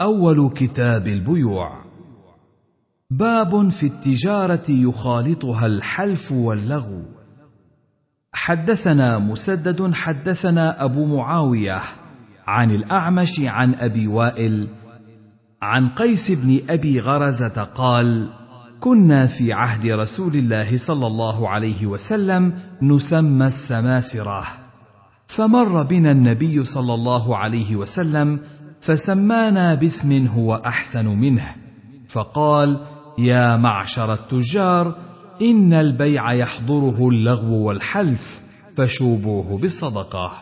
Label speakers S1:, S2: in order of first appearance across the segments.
S1: أول كتاب البيوع. باب في التجارة يخالطها الحلف واللغو. حدثنا مسدد حدثنا أبو معاوية عن الأعمش عن أبي وائل عن قيس بن أبي غرزة قال: كنا في عهد رسول الله صلى الله عليه وسلم نسمى السماسرة، فمر بنا النبي صلى الله عليه وسلم فسمانا باسم هو أحسن منه، فقال: يا معشر التجار، إن البيع يحضره اللغو والحلف، فشوبوه بالصدقة.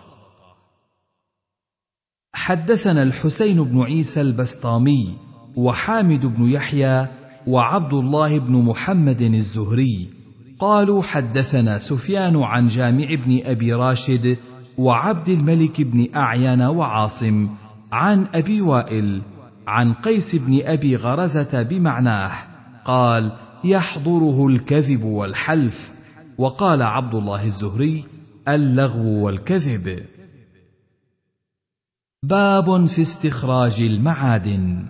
S1: حدثنا الحسين بن عيسى البسطامي وحامد بن يحيى وعبد الله بن محمد الزهري قالوا: حدثنا سفيان عن جامع بن أبي راشد وعبد الملك بن أعين وعاصم عن أبي وائل عن قيس بن أبي غرزة بمعناه، قال: يحضره الكذب والحلف. وقال عبد الله الزهري: اللغو والكذب. باب في استخراج المعادن.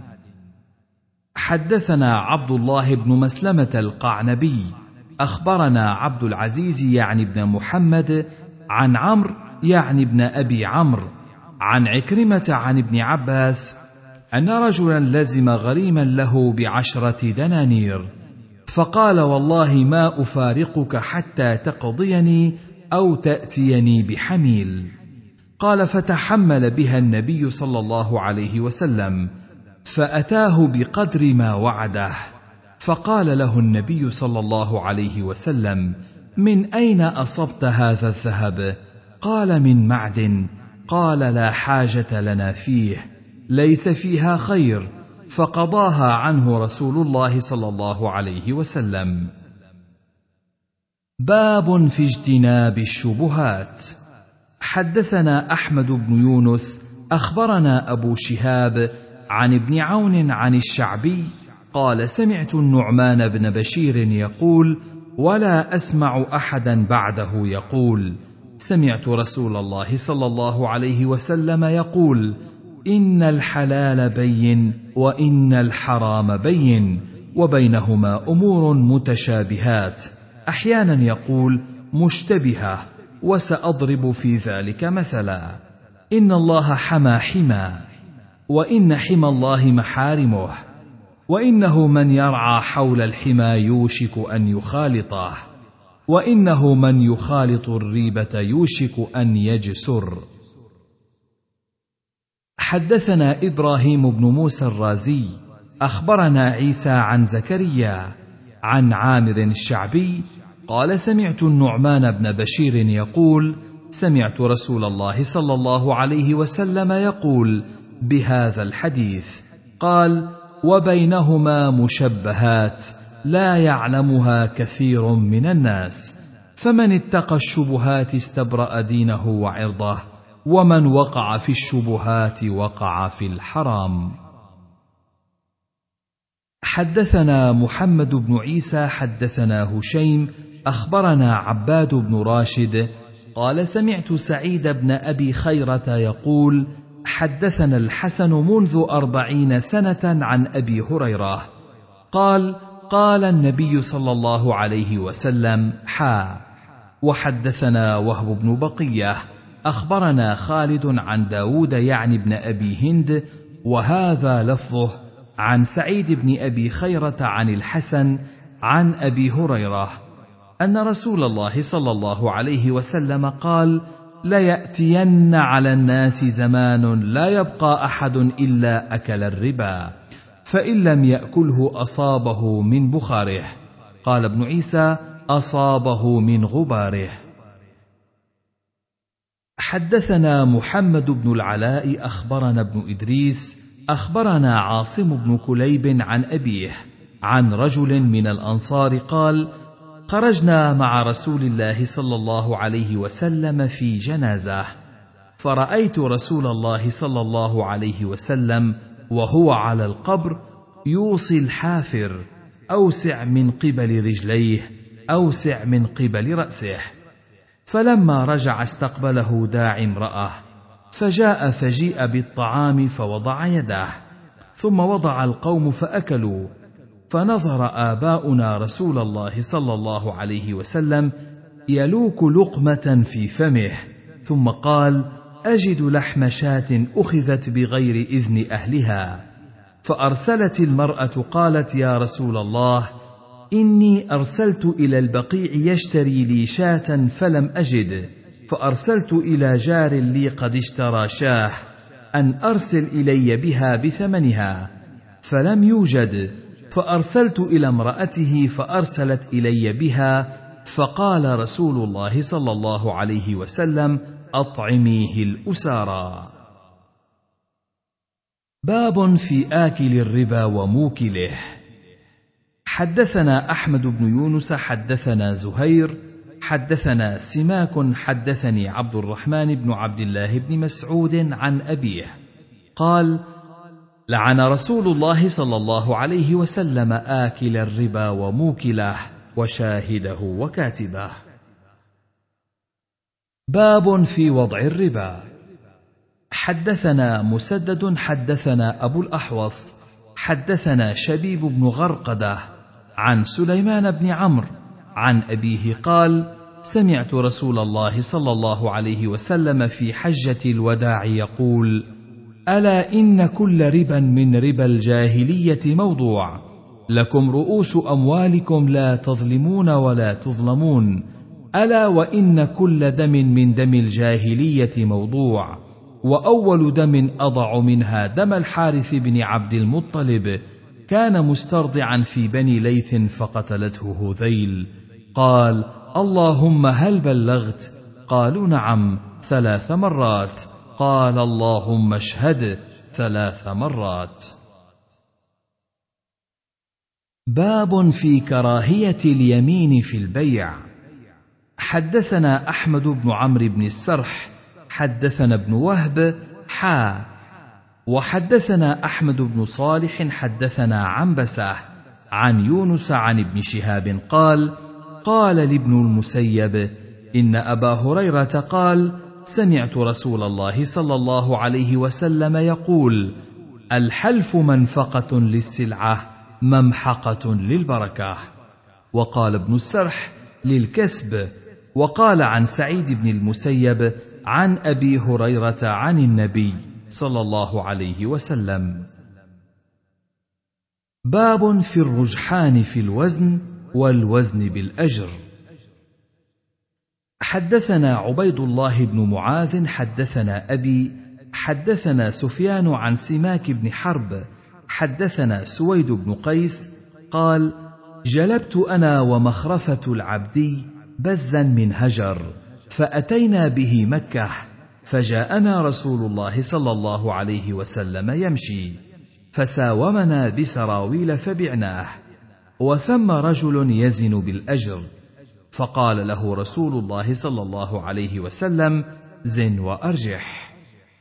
S1: حدثنا عبد الله بن مسلمة القعنبي أخبرنا عبد العزيز يعني بن محمد عن عمرو يعني بن أبي عمرو عن عكرمة عن ابن عباس أن رجلا لزم غريما له ب10 دنانير، فقال: والله ما أفارقك حتى تقضيني أو تأتيني بحميل. قال: فتحمل بها النبي صلى الله عليه وسلم، فأتاه بقدر ما وعده، فقال له النبي صلى الله عليه وسلم: من أين أصبت هذا الذهب؟ قال: من معدن. قال: لا حاجة لنا فيه، ليس فيها خير، فقضاها عنه رسول الله صلى الله عليه وسلم. باب في اجتناب الشبهات. حدثنا أحمد بن يونس أخبرنا أبو شهاب عن ابن عون عن الشعبي قال: سمعت النعمان بن بشير يقول، ولا أسمع أحدا بعده يقول: سمعت رسول الله صلى الله عليه وسلم يقول: إن الحلال بين وإن الحرام بين، وبينهما أمور متشابهات، أحيانا يقول مشتبهة، وسأضرب في ذلك مثلا: إن الله حمى حمى، وإن حمى الله محارمه، وإنه من يرعى حول الحمى يوشك أن يخالطه، وإنه من يخالط الريبة يوشك أن يجسر. حدثنا إبراهيم بن موسى الرازي أخبرنا عيسى عن زكريا عن عامر الشعبي قال: سمعت النعمان بن بشير يقول: سمعت رسول الله صلى الله عليه وسلم يقول بهذا الحديث، قال: وبينهما مشبهات لا يعلمها كثير من الناس، فمن اتقى الشبهات استبرأ دينه وعرضه، ومن وقع في الشبهات وقع في الحرام. حدثنا محمد بن عيسى حدثنا هشيم أخبرنا عباد بن راشد قال: سمعت سعيد بن أبي خيرة يقول: حدثنا الحسن منذ 40 سنة عن أبي هريرة قال: قال النبي صلى الله عليه وسلم: وحدثنا وهب بن بقية أخبرنا خالد عن داود يعني بن أبي هند، وهذا لفظه، عن سعيد بن أبي خيرة عن الحسن عن أبي هريرة أن رسول الله صلى الله عليه وسلم قال: ليأتين على الناس زمان لا يبقى أحد إلا أكل الربا، فإن لم يأكله أصابه من بخاره. قال ابن عيسى: أصابه من غباره. حدثنا محمد بن العلاء أخبرنا ابن إدريس أخبرنا عاصم بن كليب عن أبيه عن رجل من الأنصار قال: خرجنا مع رسول الله صلى الله عليه وسلم في جنازة، فرأيت رسول الله صلى الله عليه وسلم وهو على القبر يوصي الحافر: أوسع من قبل رجليه، أوسع من قبل رأسه. فلما رجع استقبله داعي امرأة، فجاء فجيء بالطعام فوضع يده، ثم وضع القوم فأكلوا، فنظر آباؤنا رسول الله صلى الله عليه وسلم يلوك لقمة في فمه، ثم قال: أجد لحم شاة أخذت بغير إذن أهلها. فأرسلت المرأة قالت: يا رسول الله، إني أرسلت إلى البقيع يشتري لي شاة فلم أجد، فأرسلت إلى جار لي قد اشترى شاه أن أرسل إلي بها بثمنها، فلم يوجد، فأرسلت إلى امرأته فأرسلت إلي بها، فقال رسول الله صلى الله عليه وسلم: أطعميه الأسارى. باب في آكل الربا وموكله. حدثنا أحمد بن يونس حدثنا زهير حدثنا سماك حدثني عبد الرحمن بن عبد الله بن مسعود عن أبيه قال: لعن رسول الله صلى الله عليه وسلم آكل الربا وموكله وشاهده وكاتبه. باب في وضع الربا. حدثنا مسدد حدثنا أبو الأحوص حدثنا شبيب بن غرقدة عن سليمان بن عمرو عن أبيه قال: سمعت رسول الله صلى الله عليه وسلم في حجة الوداع يقول: ألا إن كل ربا من ربا الجاهلية موضوع، لكم رؤوس أموالكم لا تظلمون ولا تظلمون، ألا وإن كل دم من دم الجاهلية موضوع، وأول دم أضع منها دم الحارث بن عبد المطلب، كان مسترضعا في بني ليث فقتلته هذيل. قال: اللهم هل بلغت؟ قالوا: نعم 3 مرات. قال: اللهم اشهد 3 مرات. باب في كراهية اليمين في البيع. حدثنا أحمد بن عمرو بن السرح حدثنا ابن وهب وحدثنا أحمد بن صالح حدثنا عنبسة عن يونس عن ابن شهاب قال: قال لابن المسيب: إن أبا هريرة قال: سمعت رسول الله صلى الله عليه وسلم يقول: الحلف منفقة للسلعة ممحقة للبركة. وقال ابن السرح: للكسب. وقال عن سعيد بن المسيب عن أبي هريرة عن النبي صلى الله عليه وسلم. باب في الرجحان في الوزن والوزن بالأجر. حدثنا عبيد الله بن معاذ حدثنا أبي حدثنا سفيان عن سماك بن حرب حدثنا سويد بن قيس قال: جلبت أنا ومخرفة العبدي بزا من هجر، فأتينا به مكة، فجاءنا رسول الله صلى الله عليه وسلم يمشي، فساومنا بسراويل فبعناه، وثم رجل يزن بالأجر، فقال له رسول الله صلى الله عليه وسلم: زن وأرجح.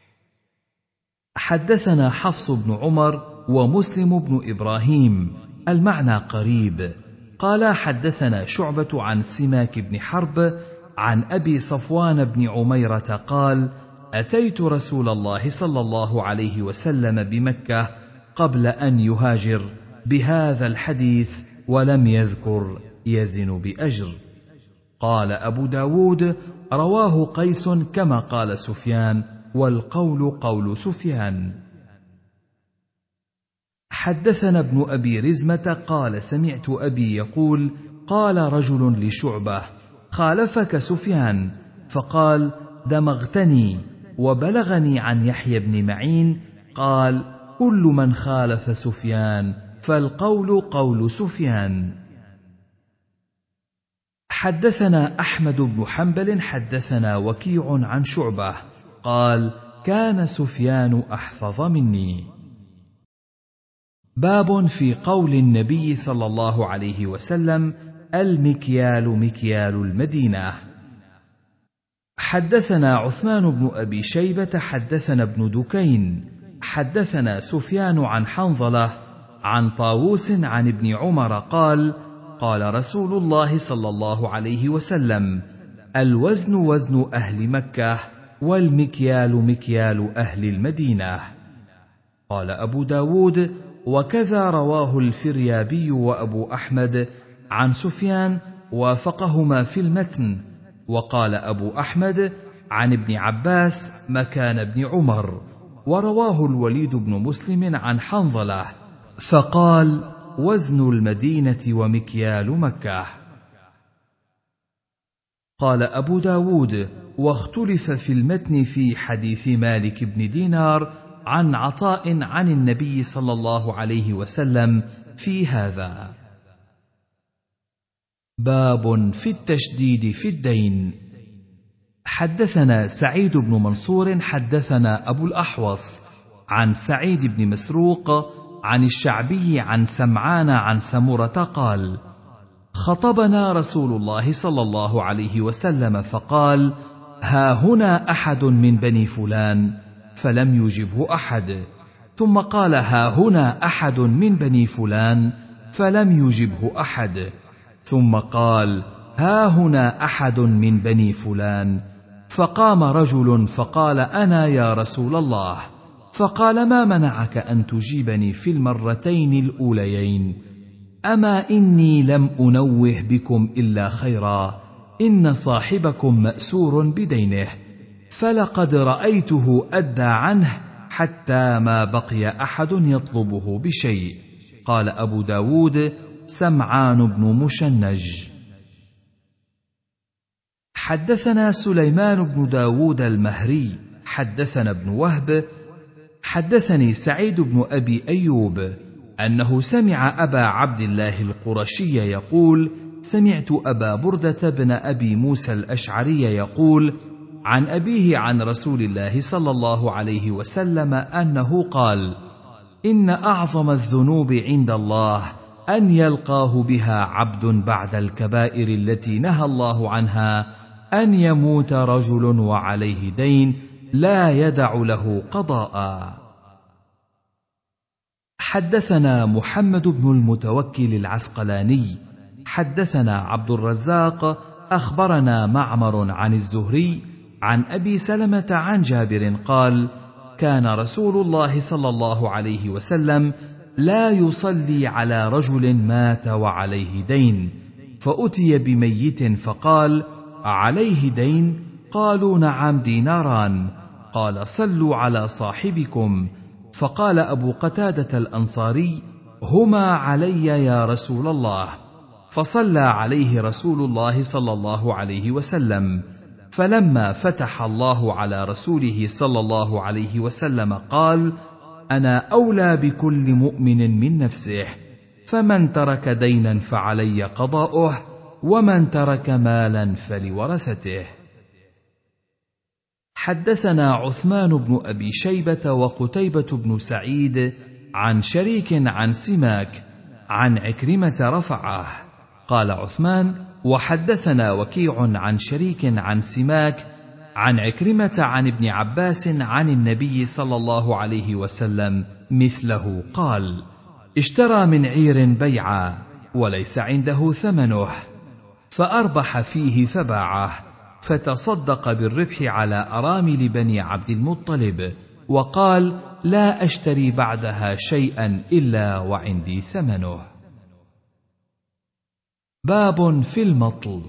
S1: حدثنا حفص بن عمر ومسلم بن إبراهيم المعنى قريب، قال: حدثنا شعبة عن سماك بن حرب عن أبي صفوان بن عميرة قال: أتيت رسول الله صلى الله عليه وسلم بمكة قبل أن يهاجر بهذا الحديث ولم يذكر يزن بأجر. قال أبو داود: رواه قيس كما قال سفيان، والقول قول سفيان. حدثنا ابن أبي رزمة قال: سمعت أبي يقول: قال رجل لشعبة: خالفك سفيان، فقال: دمغتني. وبلغني عن يحيى بن معين قال: كل من خالف سفيان فالقول قول سفيان. حدثنا أحمد بن حنبل حدثنا وكيع عن شعبة قال: كان سفيان أحفظ مني. باب في قول النبي صلى الله عليه وسلم: المكيال مكيال المدينة. حدثنا عثمان بن أبي شيبة حدثنا ابن دكين حدثنا سفيان عن حنظلة عن طاووس عن ابن عمر قال: قال رسول الله صلى الله عليه وسلم: الوزن وزن أهل مكة، والمكيال مكيال أهل المدينة. قال أبو داود: وكذا رواه الفريابي وأبو أحمد عن سفيان وافقهما في المتن. وقال أبو أحمد عن ابن عباس مكان ابن عمر. ورواه الوليد بن مسلم عن حنظلة فقال: وزن المدينة ومكيال مكة. قال أبو داود: واختلف في المتن في حديث مالك بن دينار عن عطاء عن النبي صلى الله عليه وسلم في هذا. باب في التشديد في الدين. حدثنا سعيد بن منصور حدثنا أبو الأحوص عن سعيد بن مسروق عن الشعبي عن سمعان عن سمرة قال: خطبنا رسول الله صلى الله عليه وسلم فقال: ها هنا أحد من بني فلان، فلم يجبه أحد. ثم قال: ها هنا أحد من بني فلان، فلم يجبه أحد. ثم قال: ها هنا أحد من بني فلان. فقام رجل فقال: أنا يا رسول الله. فقال: ما منعك أن تجيبني في المرتين الأوليين؟ أما إني لم أنوه بكم إلا خيرا، إن صاحبكم مأسور بدينه، فلقد رأيته أدى عنه حتى ما بقي أحد يطلبه بشيء. قال أبو داود: سمعان بن مشنج. حدثنا سليمان بن داود المهري حدثنا ابن وهب حدثني سعيد بن أبي أيوب أنه سمع أبا عبد الله القرشي يقول: سمعت أبا بردة بن أبي موسى الأشعري يقول عن أبيه عن رسول الله صلى الله عليه وسلم أنه قال: إن أعظم الذنوب عند الله أن يلقاه بها عبد بعد الكبائر التي نهى الله عنها أن يموت رجل وعليه دين لا يدع له قضاء. حدثنا محمد بن المتوكل العسقلاني حدثنا عبد الرزاق أخبرنا معمر عن الزهري عن أبي سلمة عن جابر قال: كان رسول الله صلى الله عليه وسلم لا يصلي على رجل مات وعليه دين، فأتي بميت فقال: عليه دين؟ قالوا: نعم، ديناران. قال: صلوا على صاحبكم. فقال أبو قتادة الأنصاري: هما علي يا رسول الله. فصلى عليه رسول الله صلى الله عليه وسلم. فلما فتح الله على رسوله صلى الله عليه وسلم قال: أنا أولى بكل مؤمن من نفسه، فمن ترك دينا فعلي قضاؤه، ومن ترك مالا فلورثته. حدثنا عثمان بن أبي شيبة وقتيبة بن سعيد عن شريك عن سماك عن عكرمة رفعه. قال عثمان: وحدثنا وكيع عن شريك عن سماك عن عكرمة عن ابن عباس عن النبي صلى الله عليه وسلم مثله قال: اشترى من عير بيعا وليس عنده ثمنه، فأربح فيه فباعه، فتصدق بالربح على أرامل بني عبد المطلب، وقال: لا أشتري بعدها شيئا إلا وعندي ثمنه. باب في المطل.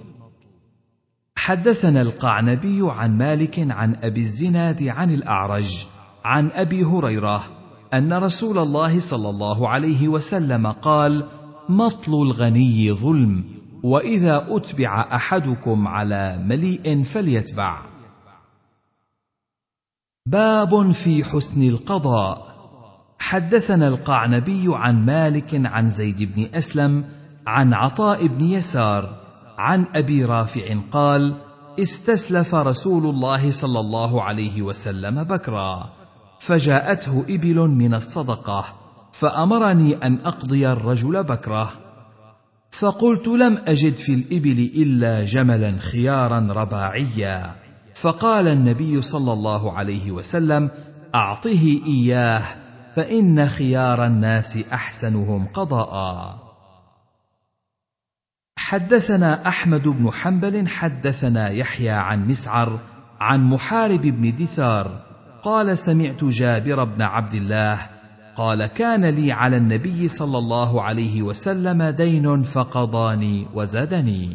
S1: حدثنا القعنبي عن مالك عن أبي الزناد عن الأعرج عن أبي هريرة أن رسول الله صلى الله عليه وسلم قال: مطل الغني ظلم، وإذا أتبع أحدكم على مليء فليتبع. باب في حسن القضاء. حدثنا القعنبي عن مالك عن زيد بن أسلم عن عطاء بن يسار عن أبي رافع قال: استسلف رسول الله صلى الله عليه وسلم بكرا، فجاءته إبل من الصدقة، فأمرني أن أقضي الرجل بكره، فقلت: لم أجد في الإبل إلا جملا خيارا رباعيا. فقال النبي صلى الله عليه وسلم: أعطه إياه، فإن خيار الناس أحسنهم قضاء. حدثنا أحمد بن حنبل حدثنا يحيى عن مسعر عن محارب بن دثار قال: سمعت جابر بن عبد الله قال: كان لي على النبي صلى الله عليه وسلم دين فقضاني وزادني.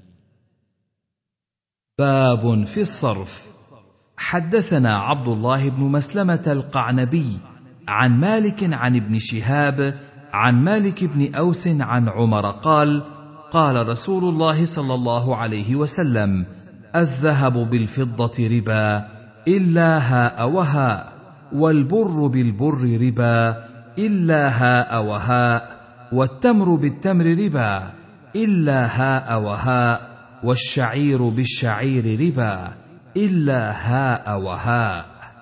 S1: باب في الصرف. حدثنا عبد الله بن مسلمة القعنبي عن مالك عن ابن شهاب عن مالك بن أوس عن عمر قال: قال رسول الله صلى الله عليه وسلم: الذهب بالفضة ربا إلا هاء وهاء، والبر بالبر ربا إلا هاء وهاء، والتمر بالتمر ربا إلا هاء وهاء، والشعير بالشعير ربا إلا هاء وهاء.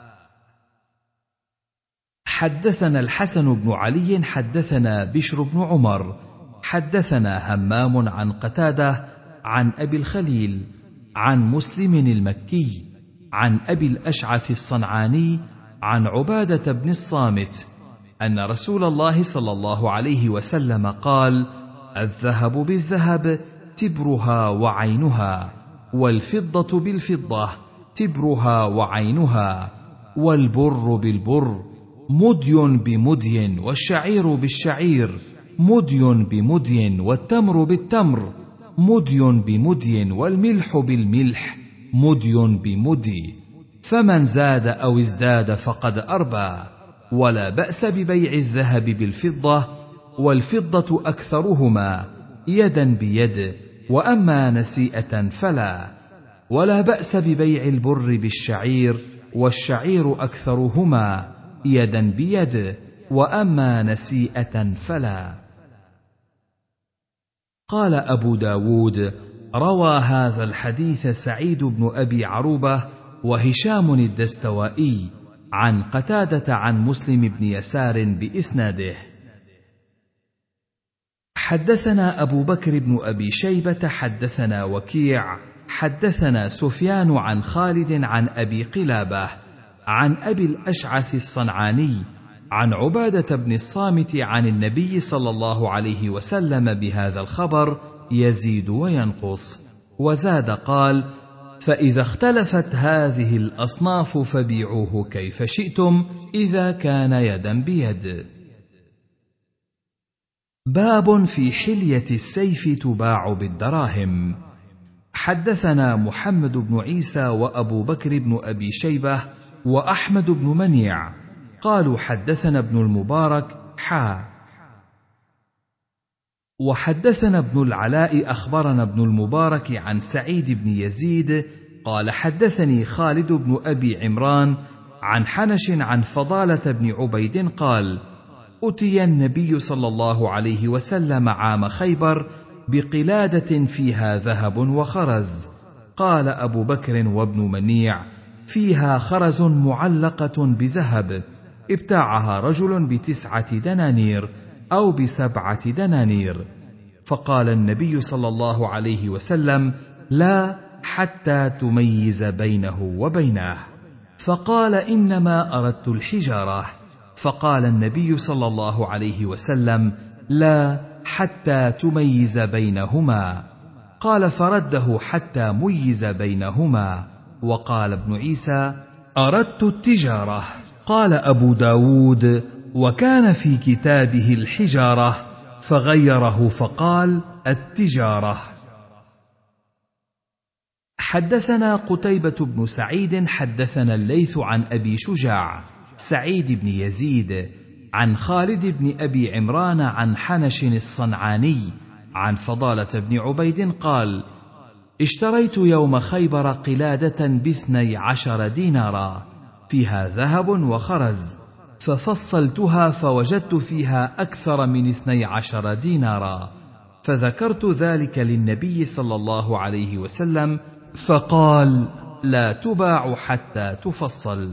S1: حدثنا الحسن بن علي حدثنا بشر بن عمر حدثنا همام عن قتادة عن أبي الخليل عن مسلم المكي عن أبي الأشعث الصنعاني عن عبادة بن الصامت أن رسول الله صلى الله عليه وسلم قال: الذهب بالذهب تبرها وعينها، والفضة بالفضة تبرها وعينها، والبر بالبر مدي بمدي، والشعير بالشعير مدي بمدي، والتمر بالتمر مدي بمدي، والملح بالملح مدي بمدي، فمن زاد أو ازداد فقد أربى. ولا بأس ببيع الذهب بالفضة، والفضة أكثرهما يدا بيد، وأما نسيئة فلا. ولا بأس ببيع البر بالشعير، والشعير أكثرهما يدا بيد، وأما نسيئة فلا. قال أبو داود: روى هذا الحديث سعيد بن أبي عروبة وهشام الدستوائي عن قتادة عن مسلم بن يسار بإسناده. حدثنا أبو بكر بن أبي شيبة حدثنا وكيع حدثنا سفيان عن خالد عن أبي قلابة عن أبي الأشعث الصنعاني عن عبادة بن الصامت عن النبي صلى الله عليه وسلم بهذا الخبر يزيد وينقص، وزاد قال: فإذا اختلفت هذه الأصناف فبيعوه كيف شئتم إذا كان يدا بيد. باب في حلية السيف تباع بالدراهم. حدثنا محمد بن عيسى وأبو بكر بن أبي شيبة وأحمد بن منيع قالوا حدثنا ابن المبارك وحدثنا ابن العلاء أخبرنا ابن المبارك عن سعيد بن يزيد قال حدثني خالد بن أبي عمران عن حنش عن فضالة بن عبيد قال: أتي النبي صلى الله عليه وسلم عام خيبر بقلادة فيها ذهب وخرز. قال أبو بكر وابن منيع: فيها خرز معلقة بذهب، ابتاعها رجل ب9 دنانير أو ب7 دنانير. فقال النبي صلى الله عليه وسلم: لا، حتى تميز بينه وبينه. فقال: إنما أردت الحجارة. فقال النبي صلى الله عليه وسلم: لا، حتى تميز بينهما. قال: فرده حتى ميز بينهما. وقال ابن عيسى: أردت التجارة. قال أبو داود: وكان في كتابه الحجارة فغيره فقال التجارة. حدثنا قتيبة بن سعيد حدثنا الليث عن أبي شجاع سعيد بن يزيد عن خالد بن أبي عمران عن حنش الصنعاني عن فضالة بن عبيد قال: اشتريت يوم خيبر قلادة ب12 دينارا فيها ذهب وخرز، ففصلتها فوجدت فيها أكثر من 12 دينارا، فذكرت ذلك للنبي صلى الله عليه وسلم فقال: لا تباع حتى تفصل.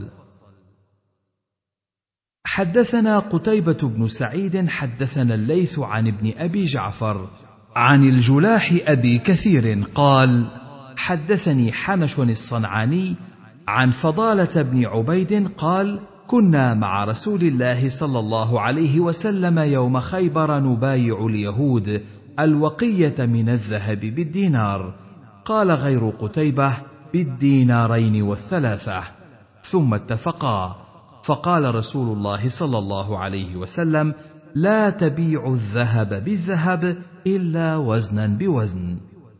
S1: حدثنا قتيبة بن سعيد حدثنا الليث عن ابن أبي جعفر عن الجلاح أبي كثير قال: حدثني حنش الصنعاني عن فضالة بن عبيد قال: كنا مع رسول الله صلى الله عليه وسلم يوم خيبر نبايع اليهود الوقية من الذهب بالدينار. قال غير قتيبة: بالدينارين والثلاثة. ثم اتفقا، فقال رسول الله صلى الله عليه وسلم: لا تبيعوا الذهب بالذهب إلا وزنا بوزن.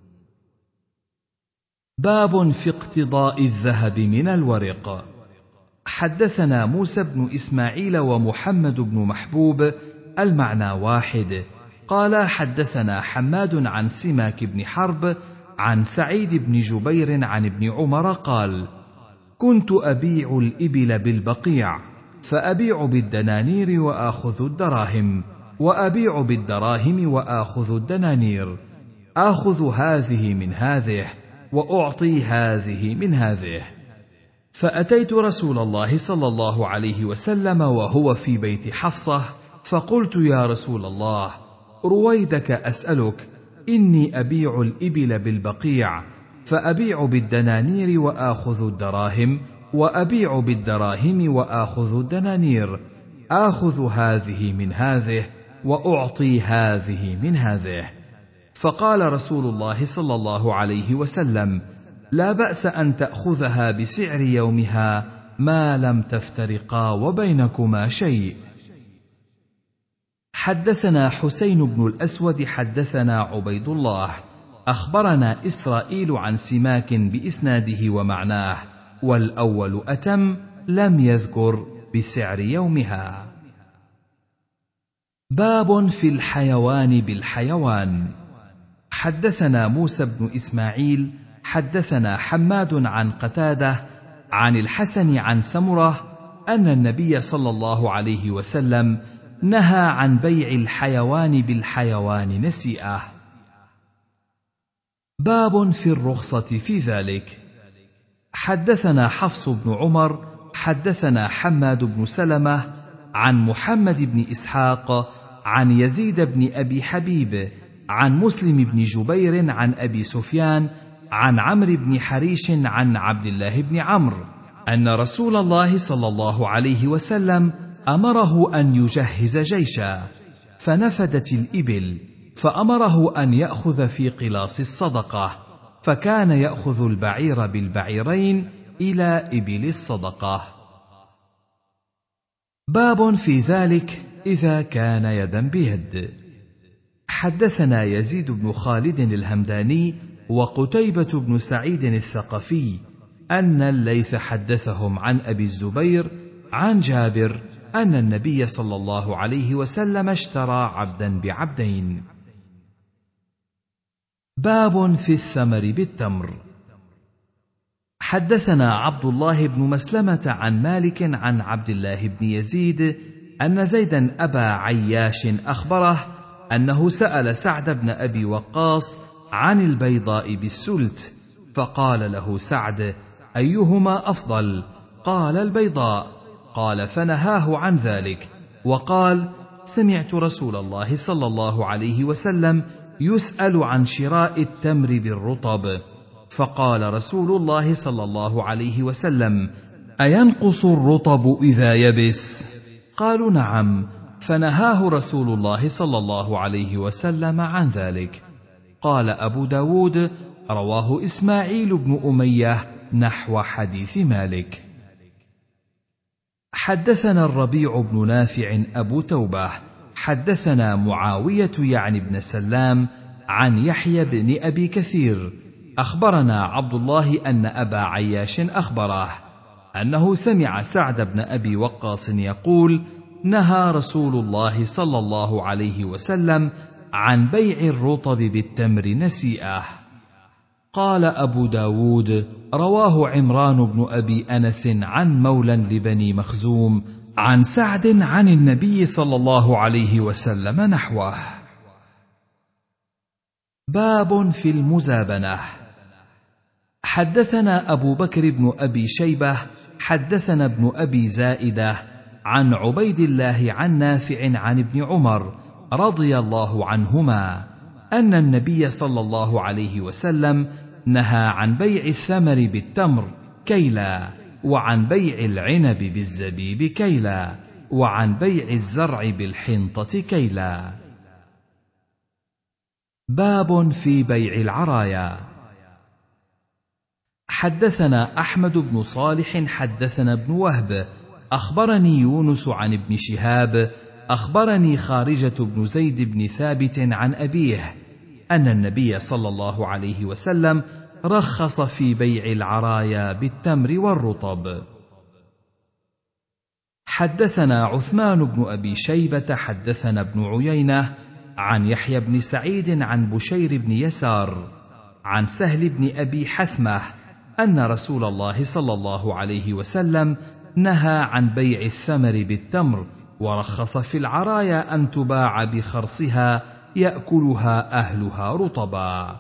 S1: باب في اقتضاء الذهب من الورق. حدثنا موسى بن إسماعيل ومحمد بن محبوب المعنى واحد. قال حدثنا حماد عن سماك بن حرب عن سعيد بن جبير عن ابن عمر قال: كنت أبيع الإبل بالبقيع، فأبيع بالدنانير وآخذ الدراهم، وأبيع بالدراهم وآخذ الدنانير، آخذ هذه من هذه وأعطي هذه من هذه. فأتيت رسول الله صلى الله عليه وسلم وهو في بيت حفصة، فقلت: يا رسول الله، رويدك أسألك، إني أبيع الإبل بالبقيع، فأبيع بالدنانير وآخذ الدراهم، وأبيع بالدراهم وآخذ الدنانير، آخذ هذه من هذه وأعطي هذه من هذه. فقال رسول الله صلى الله عليه وسلم: لا بأس أن تأخذها بسعر يومها ما لم تفترقا وبينكما شيء. حدثنا حسين بن الأسود حدثنا عبيد الله أخبرنا إسرائيل عن سماك بإسناده ومعناه، والأول أتم، لم يذكر بسعر يومها. باب في الحيوان بالحيوان. حدثنا موسى بن إسماعيل حدثنا حماد عن قتادة عن الحسن عن سمرة أن النبي صلى الله عليه وسلم نهى عن بيع الحيوان بالحيوان نسيئة. باب في الرخصة في ذلك. حدثنا حفص بن عمر حدثنا حماد بن سلمة عن محمد بن إسحاق عن يزيد بن أبي حبيب عن مسلم بن جبير عن أبي سفيان عن عمرو بن حريش عن عبد الله بن عمرو أن رسول الله صلى الله عليه وسلم أمره أن يجهز جيشا، فنفدت الإبل، فأمره أن يأخذ في قلاص الصدقة، فكان يأخذ البعير بالبعيرين إلى إبل الصدقة. باب في ذلك إذا كان يدا بيد. حدثنا يزيد بن خالد الهمداني وقتيبة بن سعيد الثقفي أن الليث حدثهم عن أبي الزبير عن جابر أن النبي صلى الله عليه وسلم اشترى عبدا بعبدين. باب في الثمر بالتمر. حدثنا عبد الله بن مسلمة عن مالك عن عبد الله بن يزيد أن زيدا أبا عياش أخبره أنه سأل سعد بن أبي وقاص عن البيضاء بالسلت، فقال له سعد: أيهما أفضل؟ قال: البيضاء. قال: فنهاه عن ذلك، وقال: سمعت رسول الله صلى الله عليه وسلم يسأل عن شراء التمر بالرطب، فقال رسول الله صلى الله عليه وسلم: أينقص الرطب إذا يبس؟ قالوا: نعم، فنهاه رسول الله صلى الله عليه وسلم عن ذلك. قال أبو داود: رواه إسماعيل بن أمية نحو حديث مالك. حدثنا الربيع بن نافع أبو توبة حدثنا معاوية يعني بن سلام عن يحيى بن أبي كثير أخبرنا عبد الله أن أبا عياش أخبره أنه سمع سعد بن أبي وقاص يقول: نهى رسول الله صلى الله عليه وسلم عن بيع الرطب بالتمر نسيئة. قال أبو داود: رواه عمران بن أبي أنس عن مولى لبني مخزوم عن سعد عن النبي صلى الله عليه وسلم نحوه. باب في المزابنة. حدثنا أبو بكر بن أبي شيبة حدثنا ابن أبي زائدة عن عبيد الله عن نافع عن ابن عمر رضي الله عنهما أن النبي صلى الله عليه وسلم نهى عن بيع الثمر بالتمر كيلا، وعن بيع العنب بالزبيب كيلا، وعن بيع الزرع بالحنطة كيلا. باب في بيع العرايا. حدثنا أحمد بن صالح حدثنا ابن وهب أخبرني يونس عن ابن شهاب أخبرني خارجة بن زيد بن ثابت عن أبيه أن النبي صلى الله عليه وسلم رخص في بيع العرايا بالتمر والرطب. حدثنا عثمان بن أبي شيبة حدثنا ابن عيينة عن يحيى بن سعيد عن بشير بن يسار عن سهل بن أبي حثمة أن رسول الله صلى الله عليه وسلم نهى عن بيع الثمر بالتمر، ورخص في العرايا أن تباع بخرصها يأكلها أهلها رطبا.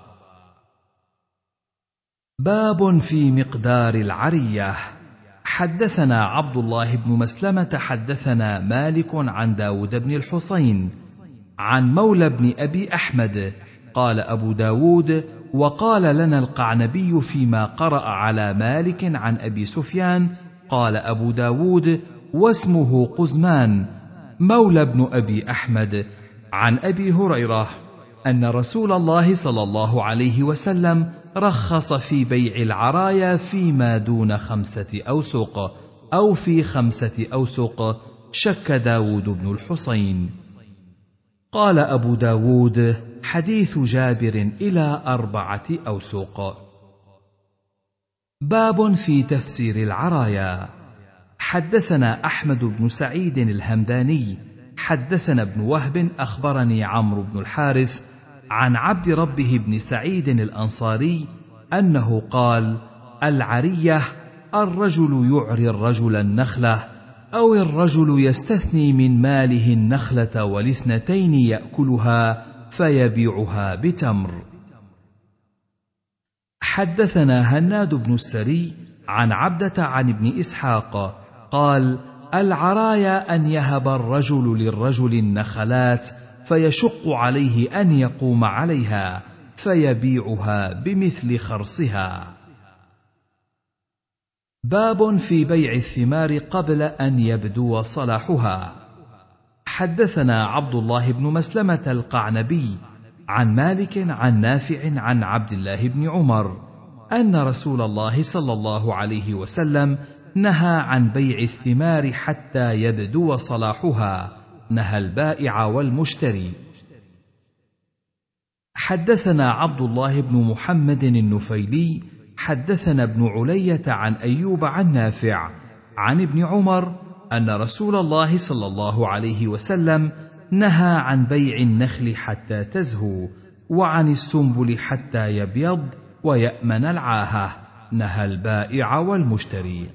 S1: باب في مقدار العرية. حدثنا عبد الله بن مسلمة حدثنا مالك عن داود بن الحصين عن مولى بن أبي أحمد قال أبو داود: وقال لنا القعنبي فيما قرأ على مالك عن أبي سفيان، قال أبو داود: واسمه قزمان مولى بن أبي أحمد عن أبي هريرة أن رسول الله صلى الله عليه وسلم رخص في بيع العرايا فيما دون 5 أوسق أو في 5 أوسق. شك داود بن الحصين. قال أبو داود: حديث جابر إلى 4 أوسق. باب في تفسير العرايا. حدثنا أحمد بن سعيد الهمداني حدثنا ابن وهب أخبرني عمرو بن الحارث عن عبد ربه بن سعيد الأنصاري أنه قال: العرية الرجل يعري الرجل النخلة، أو الرجل يستثني من ماله النخلة والاثنتين يأكلها فيبيعها بتمر. حدثنا هناد بن السري عن عبدة عن ابن إسحاق قال: العرايا أن يهب الرجل للرجل النخلات فيشق عليه أن يقوم عليها فيبيعها بمثل خرصها. باب في بيع الثمار قبل أن يبدو صلاحها. حدثنا عبد الله بن مسلمة القعنبي عن مالك عن نافع عن عبد الله بن عمر أن رسول الله صلى الله عليه وسلم نهى عن بيع الثمار حتى يبدو صلاحها، نهى البائع والمشتري. حدثنا عبد الله بن محمد النفيلي حدثنا ابن علية عن أيوب عن نافع عن ابن عمر أن رسول الله صلى الله عليه وسلم نهى عن بيع النخل حتى تزهو، وعن السنبل حتى يبيض ويأمن العاهة، نهى البائع والمشتري.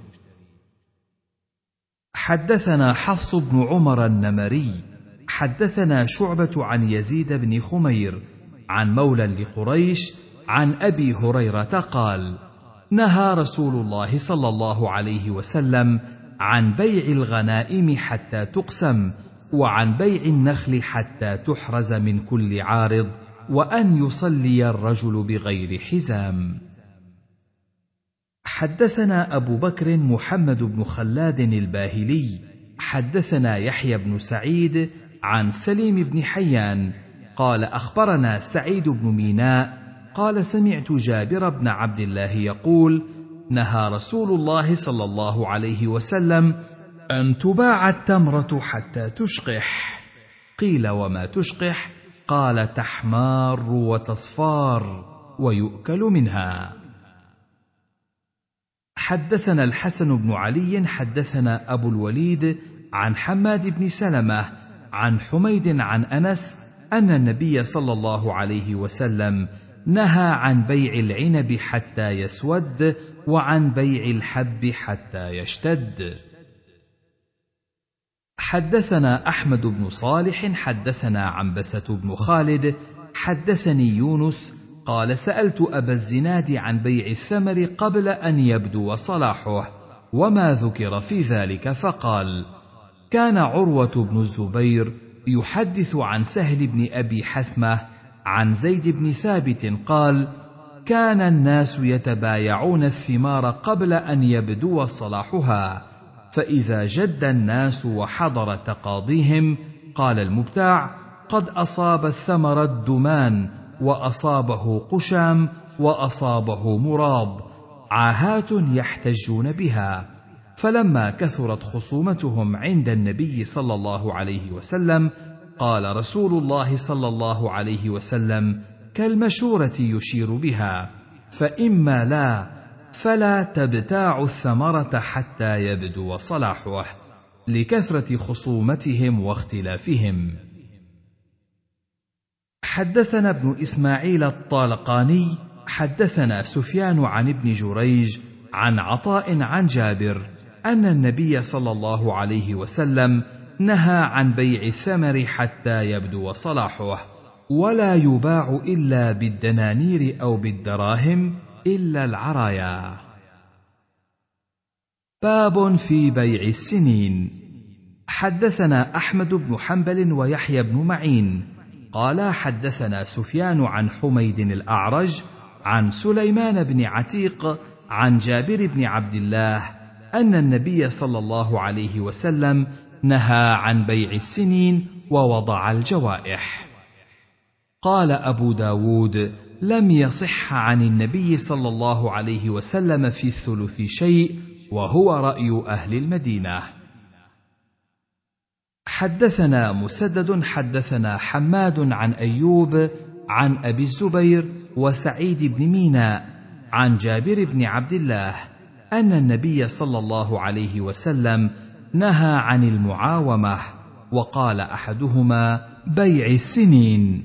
S1: حدثنا حفص بن عمر النمري حدثنا شعبة عن يزيد بن خمير عن مولى لقريش عن أبي هريرة قال: نهى رسول الله صلى الله عليه وسلم عن بيع الغنائم حتى تقسم، وعن بيع النخل حتى تحرز من كل عارض، وأن يصلي الرجل بغير حزام. حدثنا أبو بكر محمد بن خلاد الباهلي حدثنا يحيى بن سعيد عن سليم بن حيان قال: أخبرنا سعيد بن ميناء قال: سمعت جابر بن عبد الله يقول: نهى رسول الله صلى الله عليه وسلم أن تباع التمرة حتى تشقح. قيل: وما تشقح؟ قال: تحمار وتصفار ويؤكل منها. حدثنا الحسن بن علي حدثنا أبو الوليد عن حماد بن سلمة عن حميد عن أنس أن النبي صلى الله عليه وسلم نهى عن بيع العنب حتى يسود، وعن بيع الحب حتى يشتد. حدثنا أحمد بن صالح حدثنا عنبسة بن خالد حدثني يونس قال: سألت أبا الزناد عن بيع الثمر قبل أن يبدو صلاحه وما ذكر في ذلك، فقال: كان عروة بن الزبير يحدث عن سهل بن أبي حثمة عن زيد بن ثابت قال: كان الناس يتبايعون الثمار قبل أن يبدو صلاحها، فإذا جد الناس وحضر تقاضيهم قال المبتاع: قد أصاب الثمر الدمان، وأصابه قشام، وأصابه مراب، عاهات يحتجون بها، فلما كثرت خصومتهم عند النبي صلى الله عليه وسلم قال رسول الله صلى الله عليه وسلم: كالمشورة يشير بها، فإما لا فلا تبتاعوا الثمرة حتى يبدو صلاحه، لكثرة خصومتهم واختلافهم. حدثنا ابن إسماعيل الطالقاني حدثنا سفيان عن ابن جريج عن عطاء عن جابر أن النبي صلى الله عليه وسلم نهى عن بيع الثمر حتى يبدو صلاحه، ولا يباع إلا بالدنانير أو بالدراهم إلا العرايا. باب في بيع السنين. حدثنا أحمد بن حنبل ويحيى بن معين قال حدثنا سفيان عن حميد الأعرج عن سليمان بن عتيق عن جابر بن عبد الله أن النبي صلى الله عليه وسلم نهى عن بيع السنين ووضع الجوائح. قال أبو داود: لم يصح عن النبي صلى الله عليه وسلم في الثلث شيء، وهو رأي أهل المدينة. حدثنا مسدد حدثنا حماد عن أيوب عن أبي الزبير وسعيد بن ميناء عن جابر بن عبد الله أن النبي صلى الله عليه وسلم نهى عن المعاومة، وقال أحدهما: بيع السنين.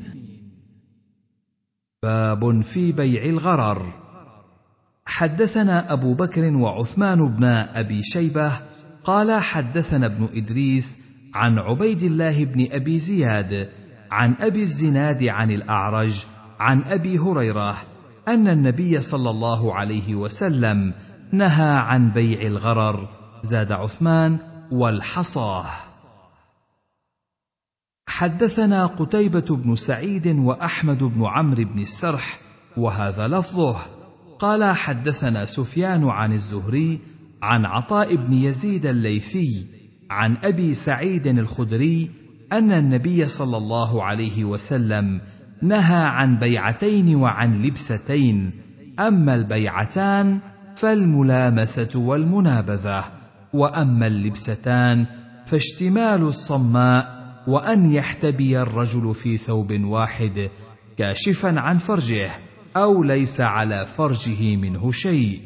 S1: باب في بيع الغرر. حدثنا أبو بكر وعثمان بن أبي شيبة قال حدثنا ابن إدريس عن عبيد الله بن أبي زياد عن أبي الزناد عن الأعرج عن أبي هريرة أن النبي صلى الله عليه وسلم نهى عن بيع الغرر، زاد عثمان: والحصاه. حدثنا قتيبة بن سعيد وأحمد بن عمرو بن السرح وهذا لفظه قال حدثنا سفيان عن الزهري عن عطاء بن يزيد الليثي عن أبي سعيد الخدري أن النبي صلى الله عليه وسلم نهى عن بيعتين وعن لبستين، أما البيعتان فالملامسة والمنابذة، وأما اللبستان فاشتمال الصماء، وأن يحتبي الرجل في ثوب واحد كاشفا عن فرجه أو ليس على فرجه منه شيء.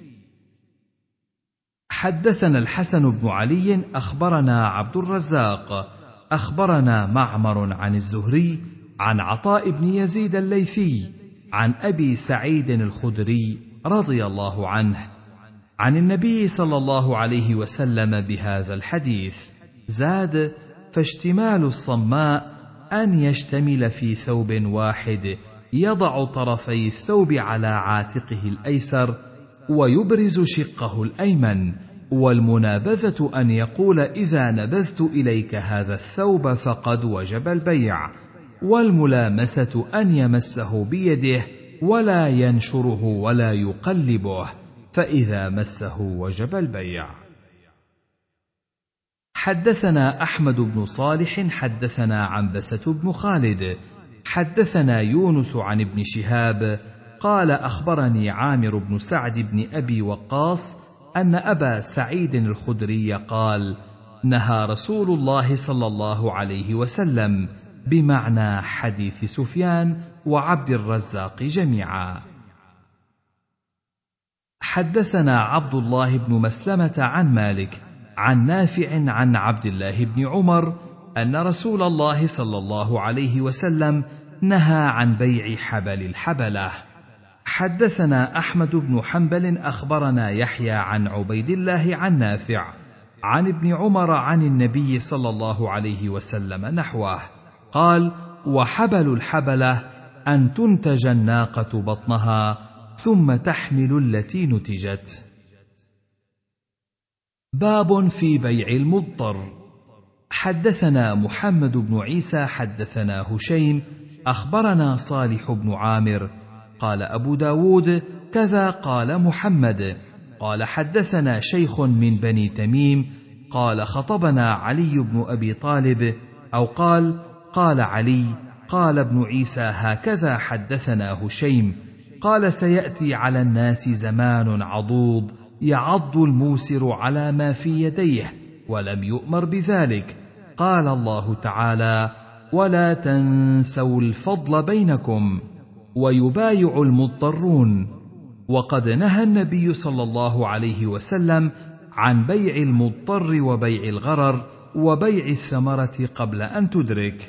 S1: حدثنا الحسن بن علي أخبرنا عبد الرزاق أخبرنا معمر عن الزهري عن عطاء بن يزيد الليثي عن أبي سعيد الخدري رضي الله عنه عن النبي صلى الله عليه وسلم بهذا الحديث، زاد: فاشتمال الصماء أن يشتمل في ثوب واحد يضع طرفي الثوب على عاتقه الأيسر ويبرز شقه الأيمن، والمنابذة أن يقول: إذا نبذت إليك هذا الثوب فقد وجب البيع، والملامسة أن يمسه بيده ولا ينشره ولا يقلبه، فإذا مسه وجب البيع. حدثنا أحمد بن صالح حدثنا عنبسة بن خالد حدثنا يونس عن ابن شهاب قال أخبرني عامر بن سعد بن أبي وقاص أن أبا سعيد الخدري قال: نهى رسول الله صلى الله عليه وسلم، بمعنى حديث سفيان وعبد الرزاق جميعا. حدثنا عبد الله بن مسلمة عن مالك عن نافع عن عبد الله بن عمر أن رسول الله صلى الله عليه وسلم نهى عن بيع حبل الحبلة. حدثنا أحمد بن حنبل أخبرنا يحيى عن عبيد الله عن نافع عن ابن عمر عن النبي صلى الله عليه وسلم نحوه، قال: وحبل الحبلة أن تنتج الناقة بطنها ثم تحمل التي نتجت. باب في بيع المضطر. حدثنا محمد بن عيسى حدثنا هشيم أخبرنا صالح بن عامر قال أبو داود: كذا قال محمد. قال حدثنا شيخ من بني تميم قال: خطبنا علي بن أبي طالب، أو قال علي قال ابن عيسى: هكذا حدثنا هشيم. قال: سيأتي على الناس زمان عضوض يعض الموسر على ما في يديه ولم يؤمر بذلك. قال الله تعالى: ولا تنسوا الفضل بينكم، ويبايع المضطرون. وقد نهى النبي صلى الله عليه وسلم عن بيع المضطر وبيع الغرر وبيع الثمرة قبل أن تدرك.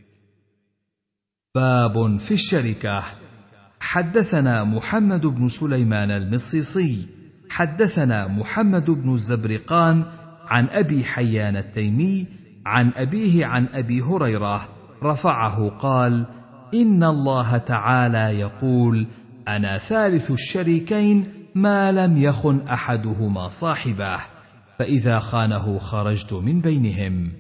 S1: باب في الشركة. حدثنا محمد بن سليمان المصيصي حدثنا محمد بن الزبرقان عن أبي حيان التيمي عن أبيه عن أبي هريرة رفعه قال: إن الله تعالى يقول: أنا ثالث الشريكين ما لم يخن أحدهما صاحبه، فإذا خانه خرجت من بينهم.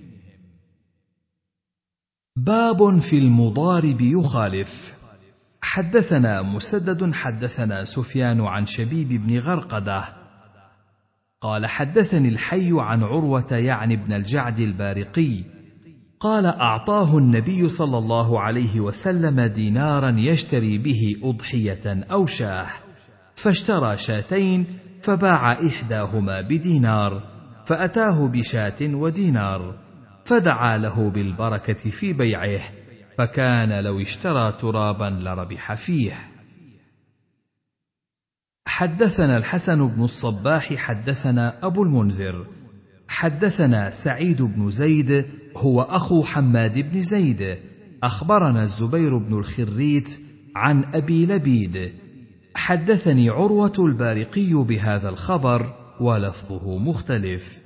S1: باب في المضارب يخالف. حدثنا مسدد حدثنا سفيان عن شبيب بن غرقدة قال: حدثني الحي عن عروة يعني بن الجعد البارقي قال: أعطاه النبي صلى الله عليه وسلم دينارا يشتري به أضحية أو شاه، فاشترى شاتين فباع إحداهما بدينار، فأتاه بشاة ودينار، فدعا له بالبركة في بيعه، فكان لو اشترى ترابا لربح فيه. حدثنا الحسن بن الصباح حدثنا أبو المنذر حدثنا سعيد بن زيد هو أخو حماد بن زيد أخبرنا الزبير بن الخريت عن أبي لبيد حدثني عروة البارقي بهذا الخبر ولفظه مختلف.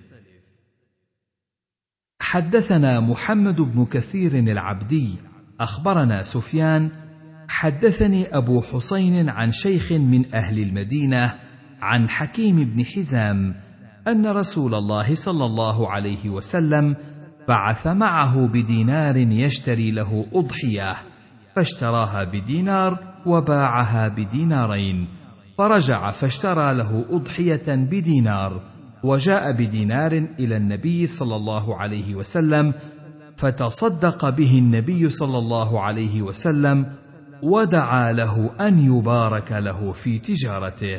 S1: حدثنا محمد بن كثير العبدي أخبرنا سفيان حدثني أبو حسين عن شيخ من أهل المدينة عن حكيم بن حزام أن رسول الله صلى الله عليه وسلم بعث معه بدينار يشتري له أضحية، فاشتراها بدينار وباعها بدينارين، فرجع فاشترى له أضحية بدينار، وجاء بدينار إلى النبي صلى الله عليه وسلم، فتصدق به النبي صلى الله عليه وسلم ودعا له أن يبارك له في تجارته.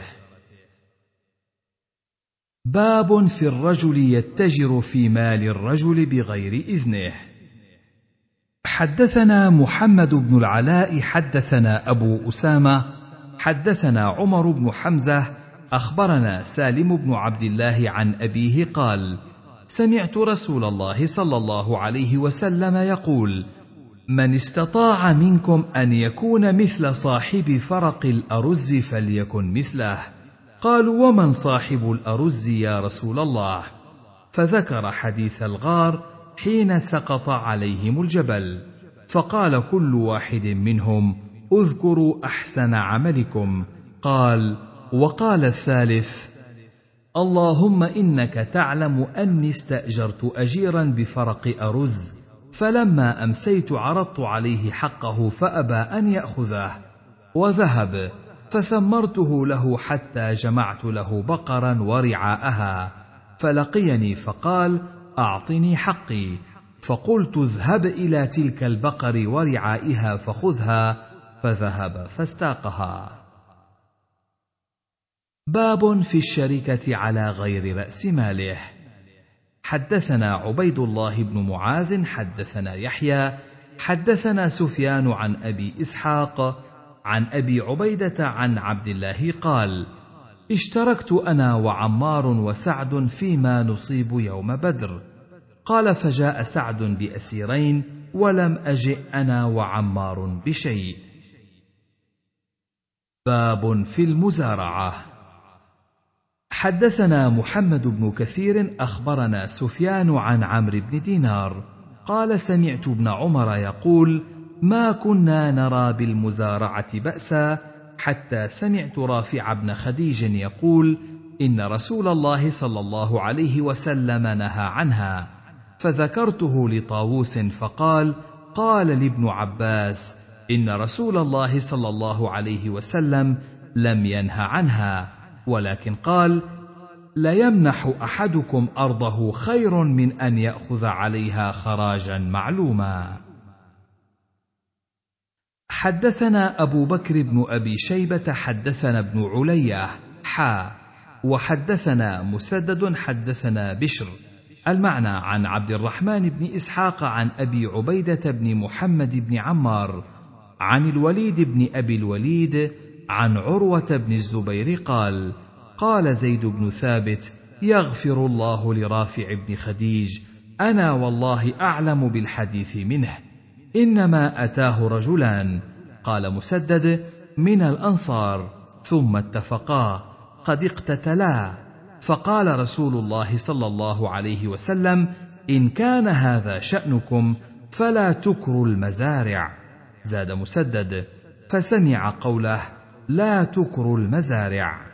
S1: باب في الرجل يتجر في مال الرجل بغير إذنه. حدثنا محمد بن العلاء حدثنا أبو أسامة حدثنا عمر بن حمزة أخبرنا سالم بن عبد الله عن أبيه قال: سمعت رسول الله صلى الله عليه وسلم يقول: من استطاع منكم أن يكون مثل صاحب فرق الأرز فليكن مثله. قالوا: ومن صاحب الأرز يا رسول الله؟ فذكر حديث الغار حين سقط عليهم الجبل، فقال كل واحد منهم: اذكروا أحسن عملكم. قال: وقال الثالث: اللهم إنك تعلم أني استأجرت أجيرا بفرق أرز، فلما أمسيت عرضت عليه حقه فأبى أن يأخذه وذهب، فثمرته له حتى جمعت له بقرا ورعاءها، فلقيني فقال: أعطني حقي، فقلت: اذهب إلى تلك البقر ورعائها فخذها، فذهب فاستاقها. باب في الشركة على غير رأس ماله. حدثنا عبيد الله بن معاذ حدثنا يحيى حدثنا سفيان عن أبي إسحاق عن أبي عبيدة عن عبد الله قال: اشتركت أنا وعمار وسعد فيما نصيب يوم بدر. قال: فجاء سعد بأسيرين ولم أجئ أنا وعمار بشيء. باب في المزارعة. حدثنا محمد بن كثير أخبرنا سفيان عن عمرو بن دينار قال: سمعت ابن عمر يقول: ما كنا نرى بالمزارعة بأسا، حتى سمعت رافع بن خديج يقول: إن رسول الله صلى الله عليه وسلم نهى عنها، فذكرته لطاووس فقال: قال لابن عباس: إن رسول الله صلى الله عليه وسلم لم ينه عنها، ولكن قال: ليمنح أحدكم أرضه خير من أن يأخذ عليها خراجا معلوما. حدثنا أبو بكر بن أبي شيبة حدثنا ابن علية وحدثنا مسدد حدثنا بشر. المعنى: عن عبد الرحمن بن إسحاق عن أبي عبيدة بن محمد بن عمار عن الوليد بن أبي الوليد عن عروة بن الزبير قال: قال زيد بن ثابت: يغفر الله لرافع بن خديج، أنا والله أعلم بالحديث منه، إنما أتاه رجلان. قال مسدد: من الأنصار، ثم اتفقا قد اقتتلا، فقال رسول الله صلى الله عليه وسلم: إن كان هذا شأنكم فلا تكروا المزارع. زاد مسدد: فسمع قوله: لا تكروا المزارع.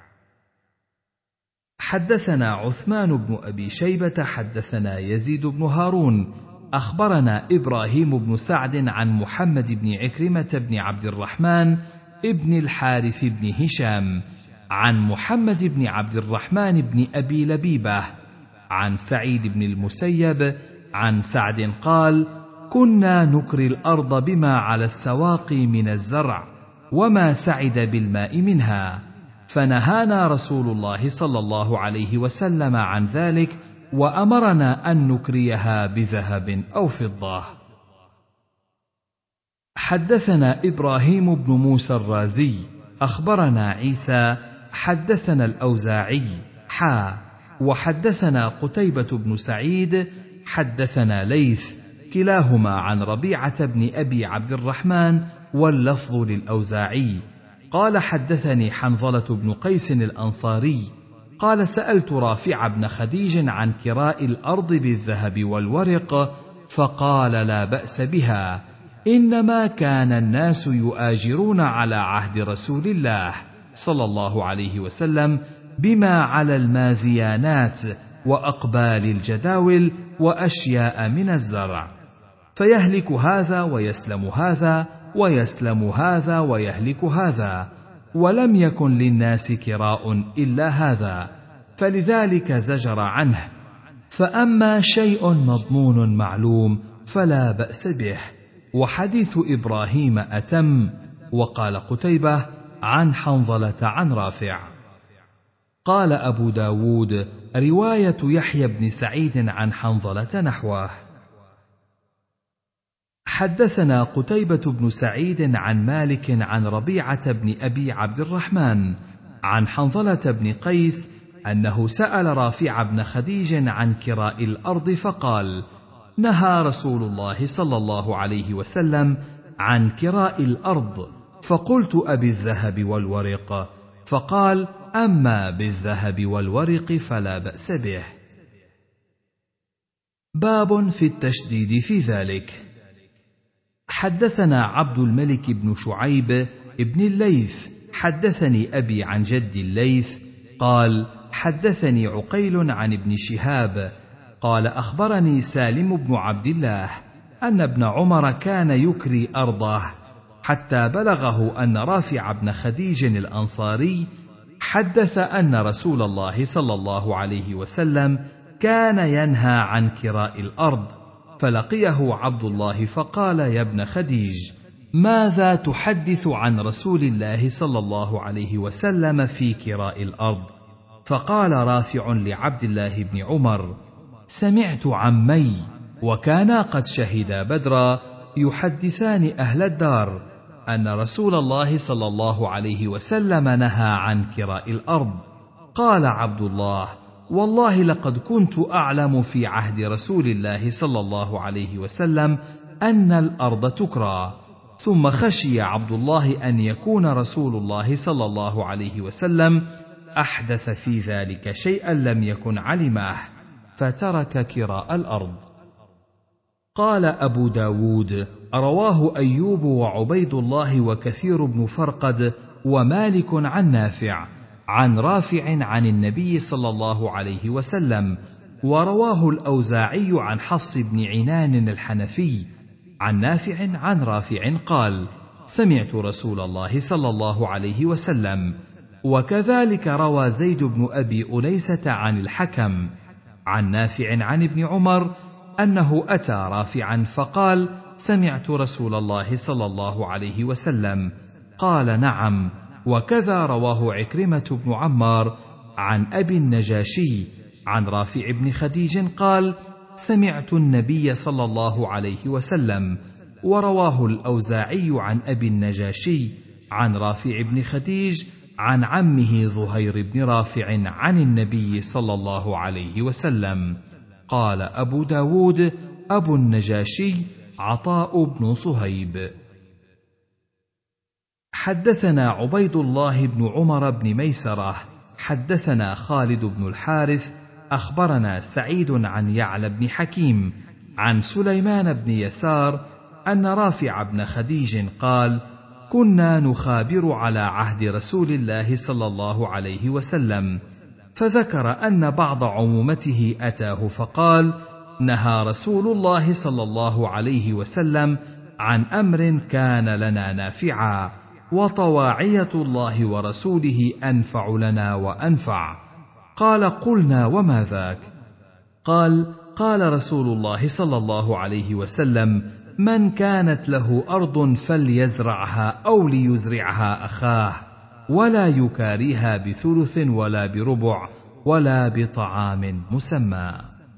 S1: حدثنا عثمان بن أبي شيبة حدثنا يزيد بن هارون أخبرنا إبراهيم بن سعد عن محمد بن عكرمة بن عبد الرحمن ابن الحارث بن هشام عن محمد بن عبد الرحمن بن أبي لبيبة عن سعيد بن المسيب عن سعد قال: كنا نكري الأرض بما على السواقي من الزرع وما سعد بالماء منها، فنهانا رسول الله صلى الله عليه وسلم عن ذلك، وأمرنا أن نكريها بذهب أو فضة. حدثنا إبراهيم بن موسى الرازي أخبرنا عيسى حدثنا الأوزاعي وحدثنا قتيبة بن سعيد حدثنا ليث كلاهما عن ربيعة بن أبي عبد الرحمن واللفظ للأوزاعي قال: حدثني حنظلة بن قيس الأنصاري قال: سألت رافع بن خديج عن كراء الأرض بالذهب والورق، فقال: لا بأس بها، إنما كان الناس يؤاجرون على عهد رسول الله صلى الله عليه وسلم بما على الماذيانات وأقبال الجداول وأشياء من الزرع، فيهلك هذا ويسلم هذا ويسلم هذا ويهلك هذا، ولم يكن للناس كراء إلا هذا، فلذلك زجر عنه. فأما شيء مضمون معلوم فلا بأس به. وحديث إبراهيم أتم. وقال قتيبة عن حنظلة عن رافع. قال أبو داود: رواية يحيى بن سعيد عن حنظلة نحوه. حدثنا قتيبة بن سعيد عن مالك عن ربيعة بن أبي عبد الرحمن عن حنظلة بن قيس أنه سأل رافع بن خديج عن كراء الأرض فقال: نهى رسول الله صلى الله عليه وسلم عن كراء الأرض، فقلت: أبي الذهب والورق؟ فقال: أما بالذهب والورق فلا بأس به. باب في التشديد في ذلك. حدثنا عبد الملك بن شعيب ابن الليث حدثني أبي عن جد الليث قال: حدثني عقيل عن ابن شهاب قال: أخبرني سالم بن عبد الله أن ابن عمر كان يكري أرضه، حتى بلغه أن رافع بن خديج الأنصاري حدث أن رسول الله صلى الله عليه وسلم كان ينهى عن كراء الأرض، فلقيه عبد الله فقال: يا ابن خديج، ماذا تحدث عن رسول الله صلى الله عليه وسلم في كراء الأرض؟ فقال رافع لعبد الله بن عمر: سمعت عمي وكانا قد شهدا بدرا يحدثان أهل الدار أن رسول الله صلى الله عليه وسلم نهى عن كراء الأرض. قال عبد الله: والله لقد كنت أعلم في عهد رسول الله صلى الله عليه وسلم أن الأرض تكرى. ثم خشي عبد الله أن يكون رسول الله صلى الله عليه وسلم أحدث في ذلك شيئا لم يكن علمه، فترك كراء الأرض. قال أبو داود: رواه أيوب وعبيد الله وكثير بن فرقد ومالك عن نافع عن رافع عن النبي صلى الله عليه وسلم، ورواه الأوزاعي عن حفص بن عنان الحنفي عن نافع عن رافع قال: سمعت رسول الله صلى الله عليه وسلم. وكذلك روى زيد بن أبي أليسة عن الحكم عن نافع عن ابن عمر أنه أتى رافعا فقال: سمعت رسول الله صلى الله عليه وسلم. قال: نعم. وكذا رواه عكرمة بن عمار عن أبي النجاشي عن رافع بن خديج قال: سمعت النبي صلى الله عليه وسلم. ورواه الأوزاعي عن أبي النجاشي عن رافع بن خديج عن عمه ظهير بن رافع عن النبي صلى الله عليه وسلم. قال أبو داود: أبو النجاشي عطاء بن صهيب. حدثنا عبيد الله بن عمر بن ميسرة حدثنا خالد بن الحارث أخبرنا سعيد عن يعلى بن حكيم عن سليمان بن يسار أن رافع بن خديج قال: كنا نخابر على عهد رسول الله صلى الله عليه وسلم، فذكر أن بعض عمومته أتاه فقال: نهى رسول الله صلى الله عليه وسلم عن أمر كان لنا نافعا، وطواعية الله ورسوله أنفع لنا وأنفع. قال: قلنا وما ذاك؟ قال: قال رسول الله صلى الله عليه وسلم: من كانت له أرض فليزرعها أو ليزرعها أخاه، ولا يكاريها بثلث ولا بربع ولا بطعام مسمى.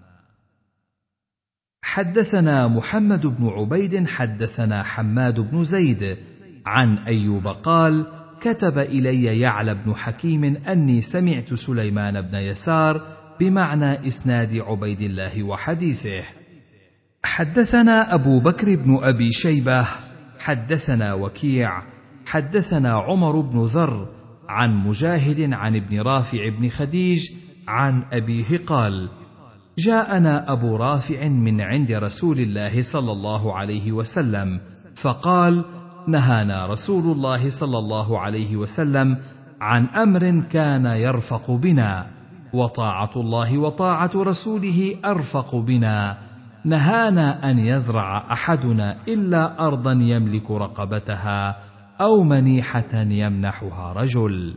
S1: حدثنا محمد بن عبيد حدثنا حماد بن زيد عن أيوب قال: كتب إلي يعلى بن حكيم أني سمعت سليمان بن يسار بمعنى إسناد عبيد الله وحديثه. حدثنا أبو بكر بن أبي شيبة حدثنا وكيع حدثنا عمر بن ذر عن مجاهد عن ابن رافع بن خديج عن أبيه قال: جاءنا أبو رافع من عند رسول الله صلى الله عليه وسلم فقال: نهانا رسول الله صلى الله عليه وسلم عن أمر كان يرفق بنا، وطاعة الله وطاعة رسوله أرفق بنا. نهانا أن يزرع أحدنا إلا أرضا يملك رقبتها أو منيحة يمنحها رجل.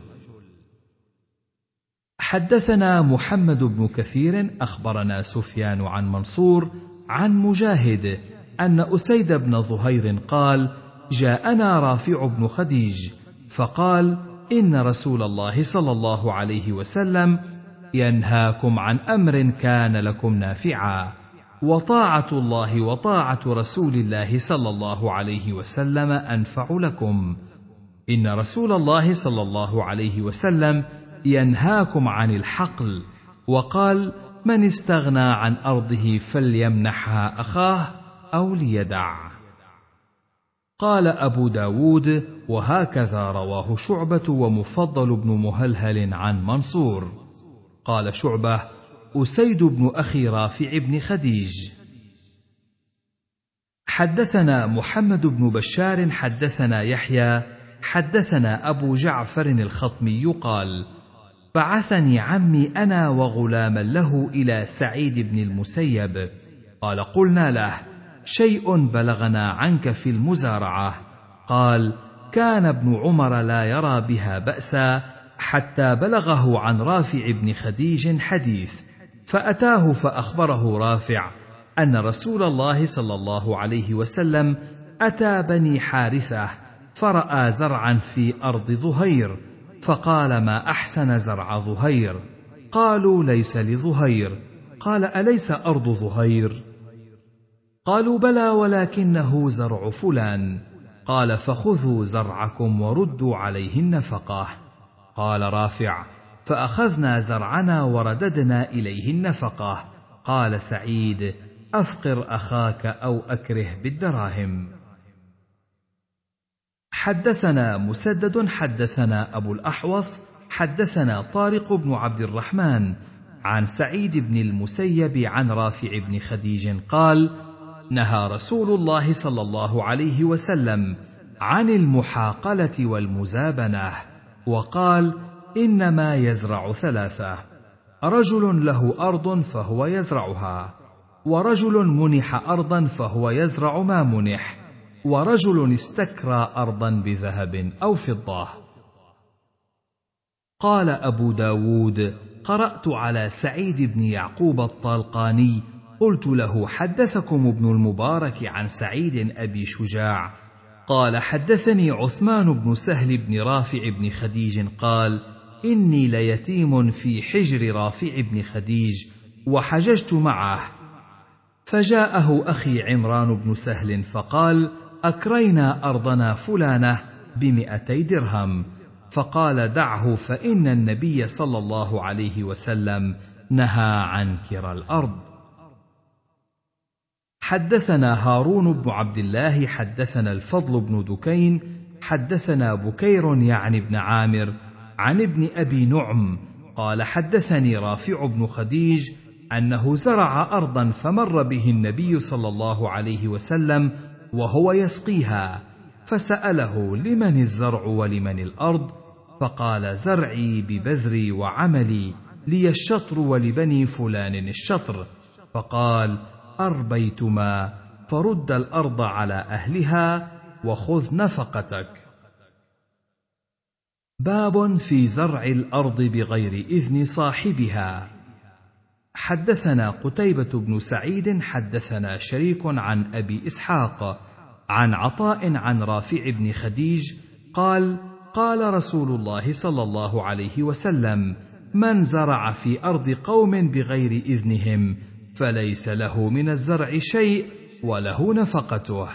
S1: حدثنا محمد بن كثير أخبرنا سفيان عن منصور عن مجاهد أن أسيد بن ظهير قال: جاءنا رافع بن خديج فقال: إن رسول الله صلى الله عليه وسلم ينهاكم عن أمر كان لكم نافعا، وطاعة الله وطاعة رسول الله صلى الله عليه وسلم أنفع لكم. إن رسول الله صلى الله عليه وسلم ينهاكم عن الحقل، وقال: من استغنى عن أرضه فليمنحها أخاه أو ليدع. قال أبو داود: وهكذا رواه شعبة ومفضل بن مهلهل عن منصور. قال شعبة: أسيد بن أخي رافع بن خديج. حدثنا محمد بن بشار حدثنا يحيى حدثنا أبو جعفر الخطمي قال: بعثني عمي أنا وغلاما له إلى سعيد بن المسيب، قال: قلنا له: شيء بلغنا عنك في المزارعة. قال: كان ابن عمر لا يرى بها بأسا حتى بلغه عن رافع بن خديج حديث، فأتاه فأخبره رافع أن رسول الله صلى الله عليه وسلم أتى بني حارثة فرأى زرعا في أرض ظهير، فقال: ما أحسن زرع ظهير. قالوا: ليس لظهير. قال: أليس أرض ظهير؟ قالوا: بلى، ولكنه زرع فلان. قال: فخذوا زرعكم وردوا عليه النفقة. قال رافع: فأخذنا زرعنا ورددنا إليه النفقة. قال سعيد: أفقر أخاك أو أكره بالدراهم. حدثنا مسدد حدثنا أبو الأحوص حدثنا طارق بن عبد الرحمن عن سعيد بن المسيب عن رافع بن خديج قال: نهى رسول الله صلى الله عليه وسلم عن المحاقلة والمزابنة، وقال: إنما يزرع ثلاثة: رجل له أرض فهو يزرعها، ورجل منح أرضا فهو يزرع ما منح، ورجل استكرى أرضا بذهب أو فضة. قال أبو داود: قرأت على سعيد بن يعقوب الطالقاني قلت له: حدثكم ابن المبارك عن سعيد أبي شجاع؟ قال: حدثني عثمان بن سهل بن رافع بن خديج قال: إني ليتيم في حجر رافع بن خديج وحججت معه. فجاءه أخي عمران بن سهل فقال: أكرينا أرضنا فلانة ب200 درهم. فقال: دعه، فإن النبي صلى الله عليه وسلم نهى عن كرى الأرض. حدثنا هارون بن عبد الله حدثنا الفضل بن دكين حدثنا بكير يعني بن عامر عن ابن أبي نعم قال: حدثني رافع بن خديج أنه زرع أرضا فمر به النبي صلى الله عليه وسلم وهو يسقيها، فسأله: لمن الزرع ولمن الأرض؟ فقال: زرعي ببذري وعملي، لي الشطر ولبني فلان الشطر. فقال: أربيتما فرد الأرض على أهلها وخذ نفقتك. باب في زرع الأرض بغير إذن صاحبها. حدثنا قتيبة بن سعيد حدثنا شريك عن أبي إسحاق عن عطاء عن رافع بن خديج قال: قال رسول الله صلى الله عليه وسلم: من زرع في أرض قوم بغير إذنهم فليس له من الزرع شيء وله نفقته.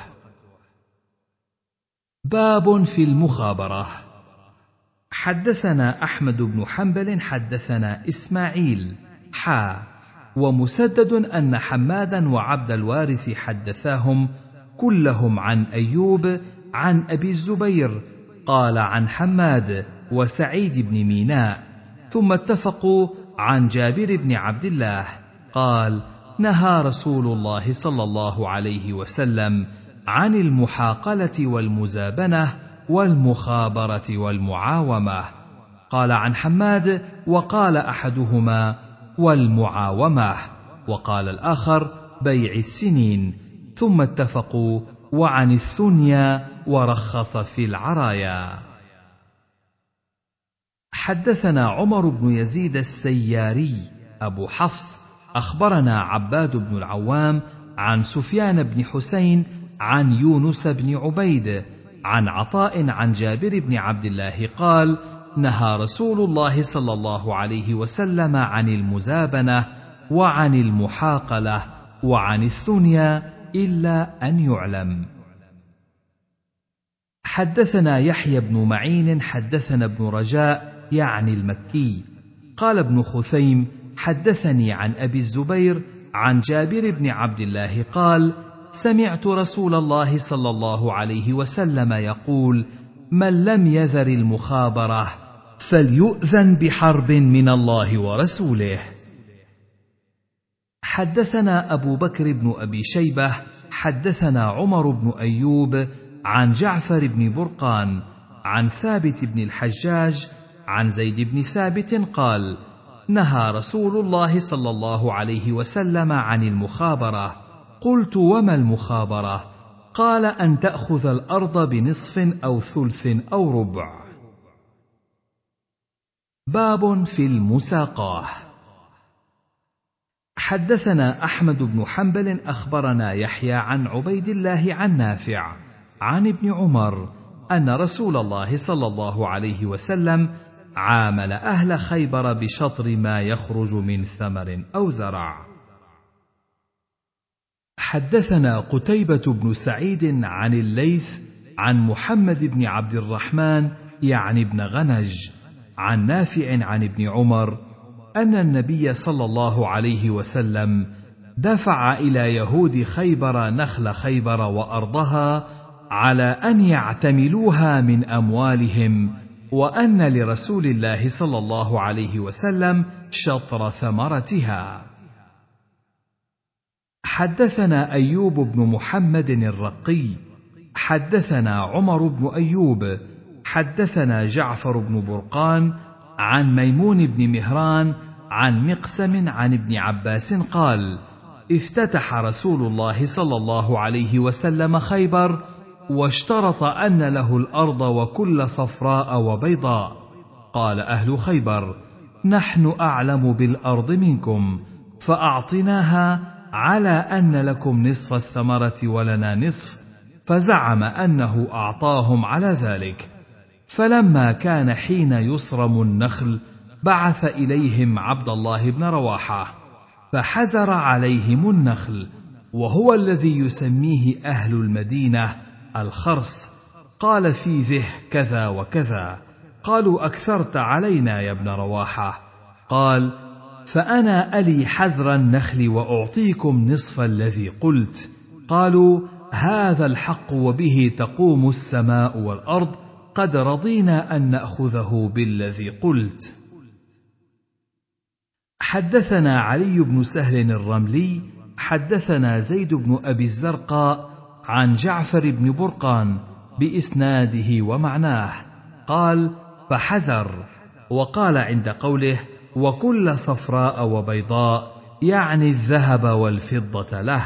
S1: باب في المخابرة. حدثنا أحمد بن حنبل حدثنا إسماعيل ومسدد أن حمادا وعبد الوارث حدثاهم كلهم عن أيوب عن أبي الزبير قال عن حماد وسعيد بن ميناء، ثم اتفقوا عن جابر بن عبد الله قال: نهى رسول الله صلى الله عليه وسلم عن المحاقلة والمزابنة والمخابرة والمعاومة. قال عن حماد: وقال أحدهما: والمعاومة، وقال الآخر: بيع السنين. ثم اتفقوا وعن الثنيا ورخص في العرايا. حدثنا عمر بن يزيد السياري أبو حفص أخبرنا عباد بن العوام عن سفيان بن حسين عن يونس بن عبيد عن عطاء عن جابر بن عبد الله قال: نهى رسول الله صلى الله عليه وسلم عن المزابنة وعن المحاقلة وعن الثنيا إلا أن يعلم. حدثنا يحيى بن معين حدثنا ابن رجاء يعني المكي قال ابن خثيم: حدثني عن أبي الزبير عن جابر بن عبد الله قال: سمعت رسول الله صلى الله عليه وسلم يقول: من لم يذر المخابرة فليؤذن بحرب من الله ورسوله. حدثنا أبو بكر بن أبي شيبة حدثنا عمر بن أيوب عن جعفر بن برقان عن ثابت بن الحجاج عن زيد بن ثابت قال: نهى رسول الله صلى الله عليه وسلم عن المخابرة. قلت: وما المخابرة؟ قال: أن تأخذ الأرض بنصف أو ثلث أو ربع. باب في المساقاه. حدثنا أحمد بن حنبل أخبرنا يحيى عن عبيد الله عن نافع عن ابن عمر أن رسول الله صلى الله عليه وسلم عامل أهل خيبر بشطر ما يخرج من ثمر أو زرع. حدثنا قتيبة بن سعيد عن الليث عن محمد بن عبد الرحمن يعني ابن غنج عن نافع عن ابن عمر أن النبي صلى الله عليه وسلم دفع إلى يهود خيبر نخل خيبر وأرضها على أن يعتملوها من أموالهم، وأن لرسول الله صلى الله عليه وسلم شطر ثمرتها. حدثنا أيوب بن محمد الرقي حدثنا عمر بن أيوب حدثنا جعفر بن برقان عن ميمون بن مهران عن مقسم عن ابن عباس قال: افتتح رسول الله صلى الله عليه وسلم خيبر واشترط أن له الأرض وكل صفراء وبيضاء. قال أهل خيبر: نحن أعلم بالأرض منكم، فأعطناها على أن لكم نصف الثمرة ولنا نصف، فزعم أنه أعطاهم على ذلك. فلما كان حين يصرم النخل بعث إليهم عبد الله بن رواحة فحزر عليهم النخل، وهو الذي يسميه أهل المدينة الخرس. قال فيه كذا وكذا. قالوا: أكثرت علينا يا ابن رواحة. قال: فأنا ألي حزر النخل وأعطيكم نصف الذي قلت. قالوا: هذا الحق وبه تقوم السماء والأرض، قد رضينا أن نأخذه بالذي قلت. حدثنا علي بن سهل الرملي حدثنا زيد بن أبي الزرقاء عن جعفر بن برقان بإسناده ومعناه. قال: فحزر. وقال عند قوله: وكل صفراء وبيضاء، يعني الذهب والفضة له.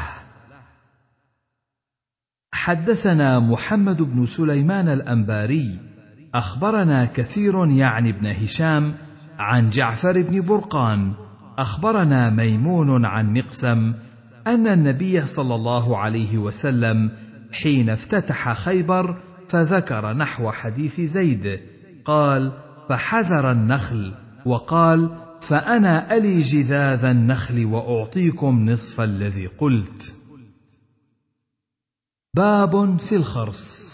S1: حدثنا محمد بن سليمان الأنباري أخبرنا كثير يعني ابن هشام عن جعفر بن برقان أخبرنا ميمون عن مقسم أن النبي صلى الله عليه وسلم حين افتتح خيبر فذكر نحو حديث زيد، قال: فحزر النخل، وقال: فأنا ألي جذاذ النخل وأعطيكم نصف الذي قلت. باب في الخرص.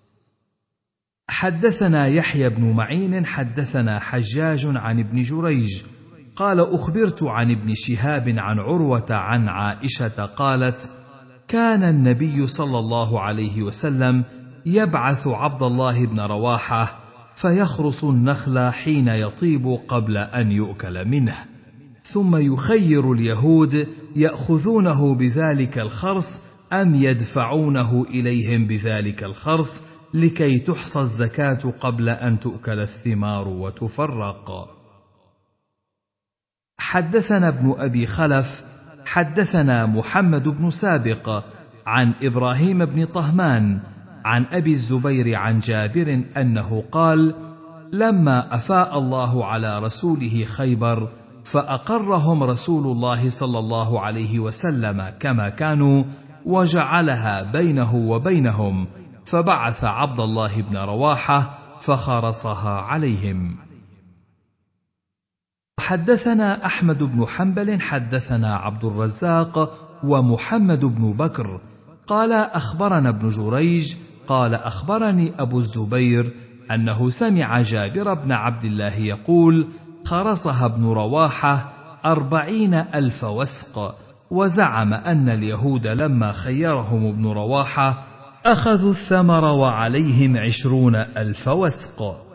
S1: حدثنا يحيى بن معين حدثنا حجاج عن ابن جريج قال: أخبرت عن ابن شهاب عن عروة عن عائشة قالت: كان النبي صلى الله عليه وسلم يبعث عبد الله بن رواحة فيخرص النخل حين يطيب قبل أن يؤكل منه، ثم يخير اليهود يأخذونه بذلك الخرص أم يدفعونه إليهم بذلك الخرص لكي تحصى الزكاة قبل أن تؤكل الثمار وتفرق. حدثنا ابن أبي خلف حدثنا محمد بن سابق عن إبراهيم بن طهمان عن أبي الزبير عن جابر أنه قال: لما أفاء الله على رسوله خيبر فأقرهم رسول الله صلى الله عليه وسلم كما كانوا وجعلها بينه وبينهم، فبعث عبد الله بن رواحة فخرصها عليهم. حدثنا أحمد بن حنبل حدثنا عبد الرزاق ومحمد بن بكر قال: أخبرنا ابن جريج قال: أخبرني أبو الزبير أنه سمع جابر بن عبد الله يقول: خرصها ابن رواحة 40,000 وسق. وزعم أن اليهود لما خيرهم ابن رواحة أخذوا الثمر وعليهم 20,000 وسق.